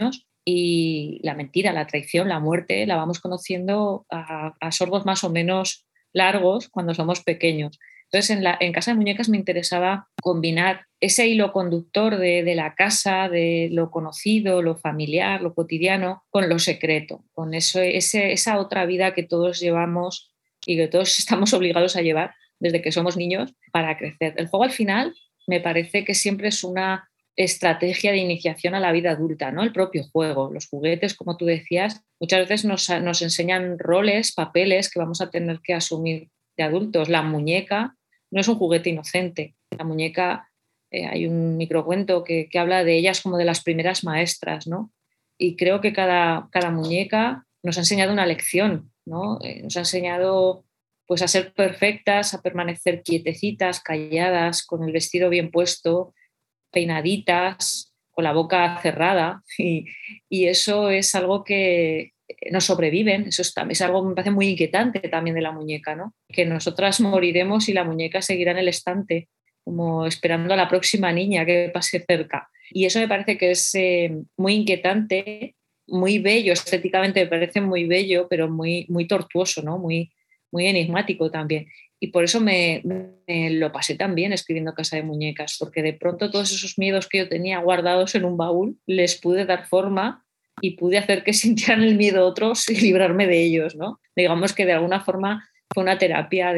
y la mentira, la traición, la muerte, la vamos conociendo a sorbos más o menos largos cuando somos pequeños. Entonces, en Casa de Muñecas me interesaba combinar ese hilo conductor de la casa, de lo conocido, lo familiar, lo cotidiano, con lo secreto, con esa otra vida que todos llevamos y que todos estamos obligados a llevar desde que somos niños para crecer. El juego al final me parece que siempre es una estrategia de iniciación a la vida adulta, ¿no? El propio juego, los juguetes, como tú decías, muchas veces nos enseñan roles, papeles que vamos a tener que asumir de adultos. La muñeca no es un juguete inocente. La muñeca, hay un microcuento que habla de ellas como de las primeras maestras, ¿no? Y creo que cada muñeca nos ha enseñado una lección, ¿no? Nos ha enseñado pues a ser perfectas, a permanecer quietecitas, calladas, con el vestido bien puesto, peinaditas, con la boca cerrada, y eso es algo que nos sobreviven, eso es algo que me parece muy inquietante también de la muñeca, ¿no? Que nosotras moriremos y la muñeca seguirá en el estante, como esperando a la próxima niña que pase cerca. Y eso me parece que es muy inquietante, muy bello, estéticamente me parece muy bello, pero muy tortuoso, ¿no? Muy enigmático también. Y por eso me lo pasé tan bien escribiendo Casa de Muñecas, porque de pronto todos esos miedos que yo tenía guardados en un baúl les pude dar forma y pude hacer que sintieran el miedo a otros y librarme de ellos, ¿no? Digamos que de alguna forma fue una terapia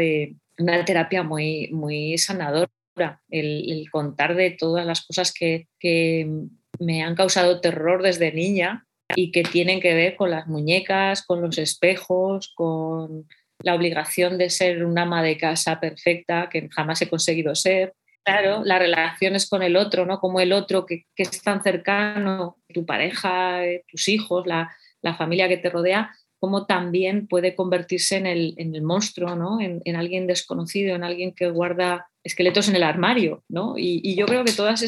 muy sanadora, el contar de todas las cosas que me han causado terror desde niña y que tienen que ver con las muñecas, con los espejos, con la obligación de ser una ama de casa perfecta, que jamás he conseguido ser. Claro, las relaciones con el otro, ¿no? Como el otro que es tan cercano, tu pareja, tus hijos, la familia que te rodea, como también puede convertirse en el monstruo, ¿no? En alguien desconocido, en alguien que guarda esqueletos en el armario, ¿no? Y yo creo que todos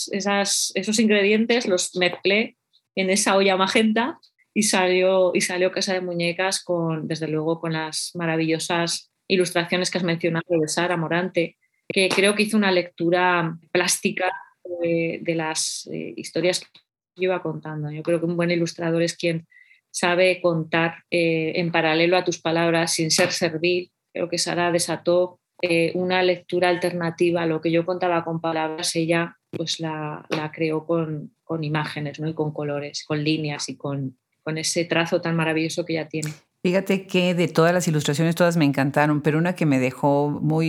esos ingredientes los mezclé en esa olla magenta y salió Casa de Muñecas desde luego, con las maravillosas ilustraciones que has mencionado de Sara Morante, que creo que hizo una lectura plástica de las historias que yo iba contando. Yo creo que un buen ilustrador es quien sabe contar en paralelo a tus palabras sin ser servil. Creo que Sara desató una lectura alternativa a lo que yo contaba con palabras. Ella pues la creó con imágenes, ¿no? Y con colores, con líneas y con ese trazo tan maravilloso que ella tiene. Fíjate que de todas las ilustraciones, todas me encantaron, pero una que me dejó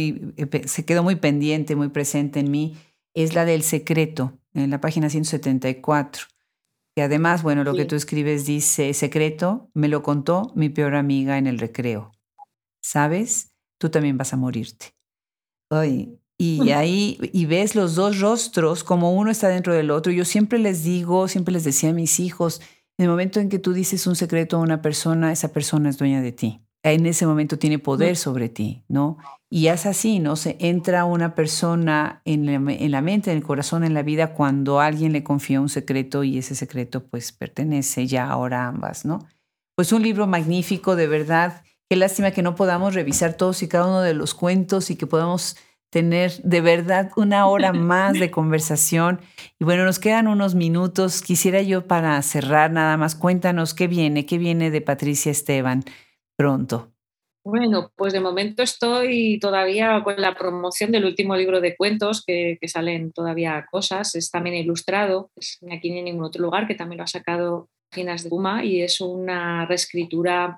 se quedó muy pendiente, muy presente en mí, es la del secreto, en la página 174. Y además, bueno, lo que tú Sí. escribes dice, secreto, me lo contó mi peor amiga en el recreo. ¿Sabes? Tú también vas a morirte. Ay, y ahí, y ves los dos rostros, como uno está dentro del otro. Yo siempre les digo, siempre les decía a mis hijos, en el momento en que tú dices un secreto a una persona, esa persona es dueña de ti. En ese momento tiene poder sobre ti, ¿no? Y es así, ¿no? Se entra una persona en la mente, en el corazón, en la vida, cuando alguien le confía un secreto y ese secreto pues pertenece ya ahora a ambas, ¿no? Pues un libro magnífico, de verdad. Qué lástima que no podamos revisar todos y cada uno de los cuentos y que podamos tener de verdad una hora más de conversación. Y bueno, nos quedan unos minutos. Quisiera yo para cerrar nada más, cuéntanos qué viene de Patricia Esteban pronto. Bueno, pues de momento estoy todavía con la promoción del último libro de cuentos, que salen todavía cosas. Es también ilustrado, aquí ni en ningún otro lugar, que también lo ha sacado Páginas de Puma, y es una reescritura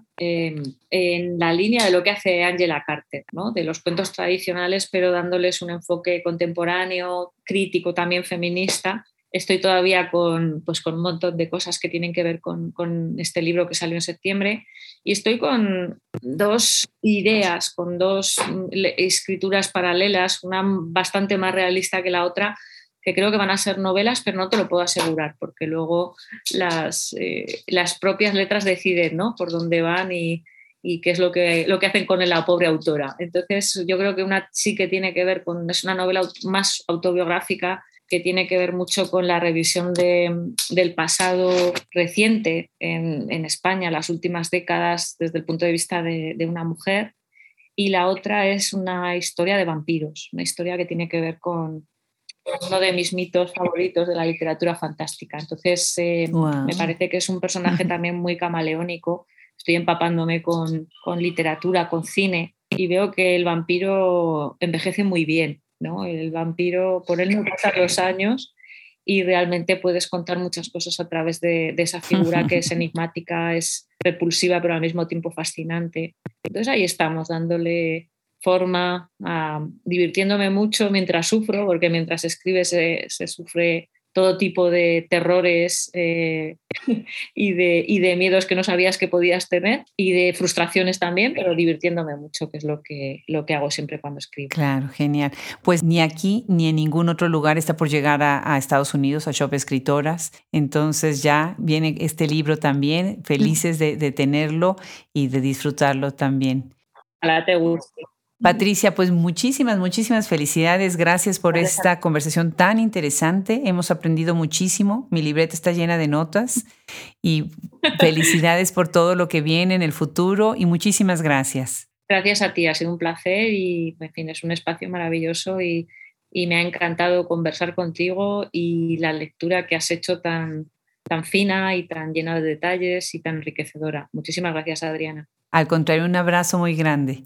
en la línea de lo que hace Angela Carter, ¿no? De los cuentos tradicionales, pero dándoles un enfoque contemporáneo, crítico, también feminista. Estoy todavía con un montón de cosas que tienen que ver con este libro que salió en septiembre, y estoy con dos ideas, con dos escrituras paralelas, una bastante más realista que la otra, que creo que van a ser novelas, pero no te lo puedo asegurar, porque luego las propias letras deciden, ¿no? Por dónde van y qué es lo que hacen con la pobre autora. Entonces yo creo que una sí que tiene que ver es una novela más autobiográfica, que tiene que ver mucho con la revisión del pasado reciente en España, las últimas décadas, desde el punto de vista de una mujer. Y la otra es una historia de vampiros, una historia que tiene que ver uno de mis mitos favoritos de la literatura fantástica. Entonces, me parece que es un personaje también muy camaleónico. Estoy empapándome con literatura, con cine, y veo que el vampiro envejece muy bien, ¿no? El vampiro, por él no pasan los años y realmente puedes contar muchas cosas a través de esa figura que es enigmática, es repulsiva, pero al mismo tiempo fascinante. Entonces ahí estamos, dándole forma, divirtiéndome mucho mientras sufro, porque mientras escribes se sufre todo tipo de terrores y de miedos que no sabías que podías tener, y de frustraciones también, pero divirtiéndome mucho, que es lo que hago siempre cuando escribo. Claro, genial. Pues ni aquí ni en ningún otro lugar está por llegar a Estados Unidos, a Shop Escritoras. Entonces ya viene este libro también, felices de tenerlo y de disfrutarlo también. Ojalá te guste. Patricia, pues muchísimas felicidades. Gracias por esta conversación tan interesante. Hemos aprendido muchísimo. Mi libreta está llena de notas y felicidades por todo lo que viene en el futuro y muchísimas gracias. Gracias a ti, ha sido un placer y, en fin, es un espacio maravilloso y me ha encantado conversar contigo, y la lectura que has hecho tan fina y tan llena de detalles y tan enriquecedora. Muchísimas gracias, Adriana. Al contrario, un abrazo muy grande.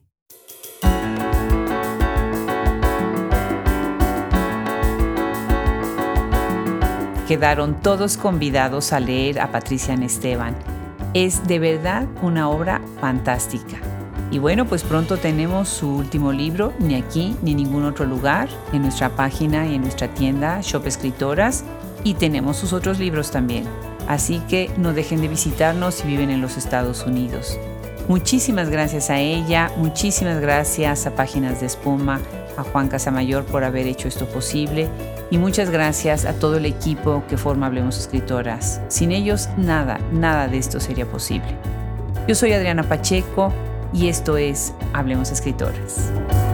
Quedaron todos convidados a leer a Patricia Esteban. Es de verdad una obra fantástica. Y bueno, pues pronto tenemos su último libro, ni aquí ni en ningún otro lugar, en nuestra página y en nuestra tienda Shop Escritoras, y tenemos sus otros libros también. Así que no dejen de visitarnos si viven en los Estados Unidos. Muchísimas gracias a ella, muchísimas gracias a Páginas de Espuma, a Juan Casamayor por haber hecho esto posible, y muchas gracias a todo el equipo que forma Hablemos Escritoras. Sin ellos nada de esto sería posible. Yo soy Adriana Pacheco y esto es Hablemos Escritoras.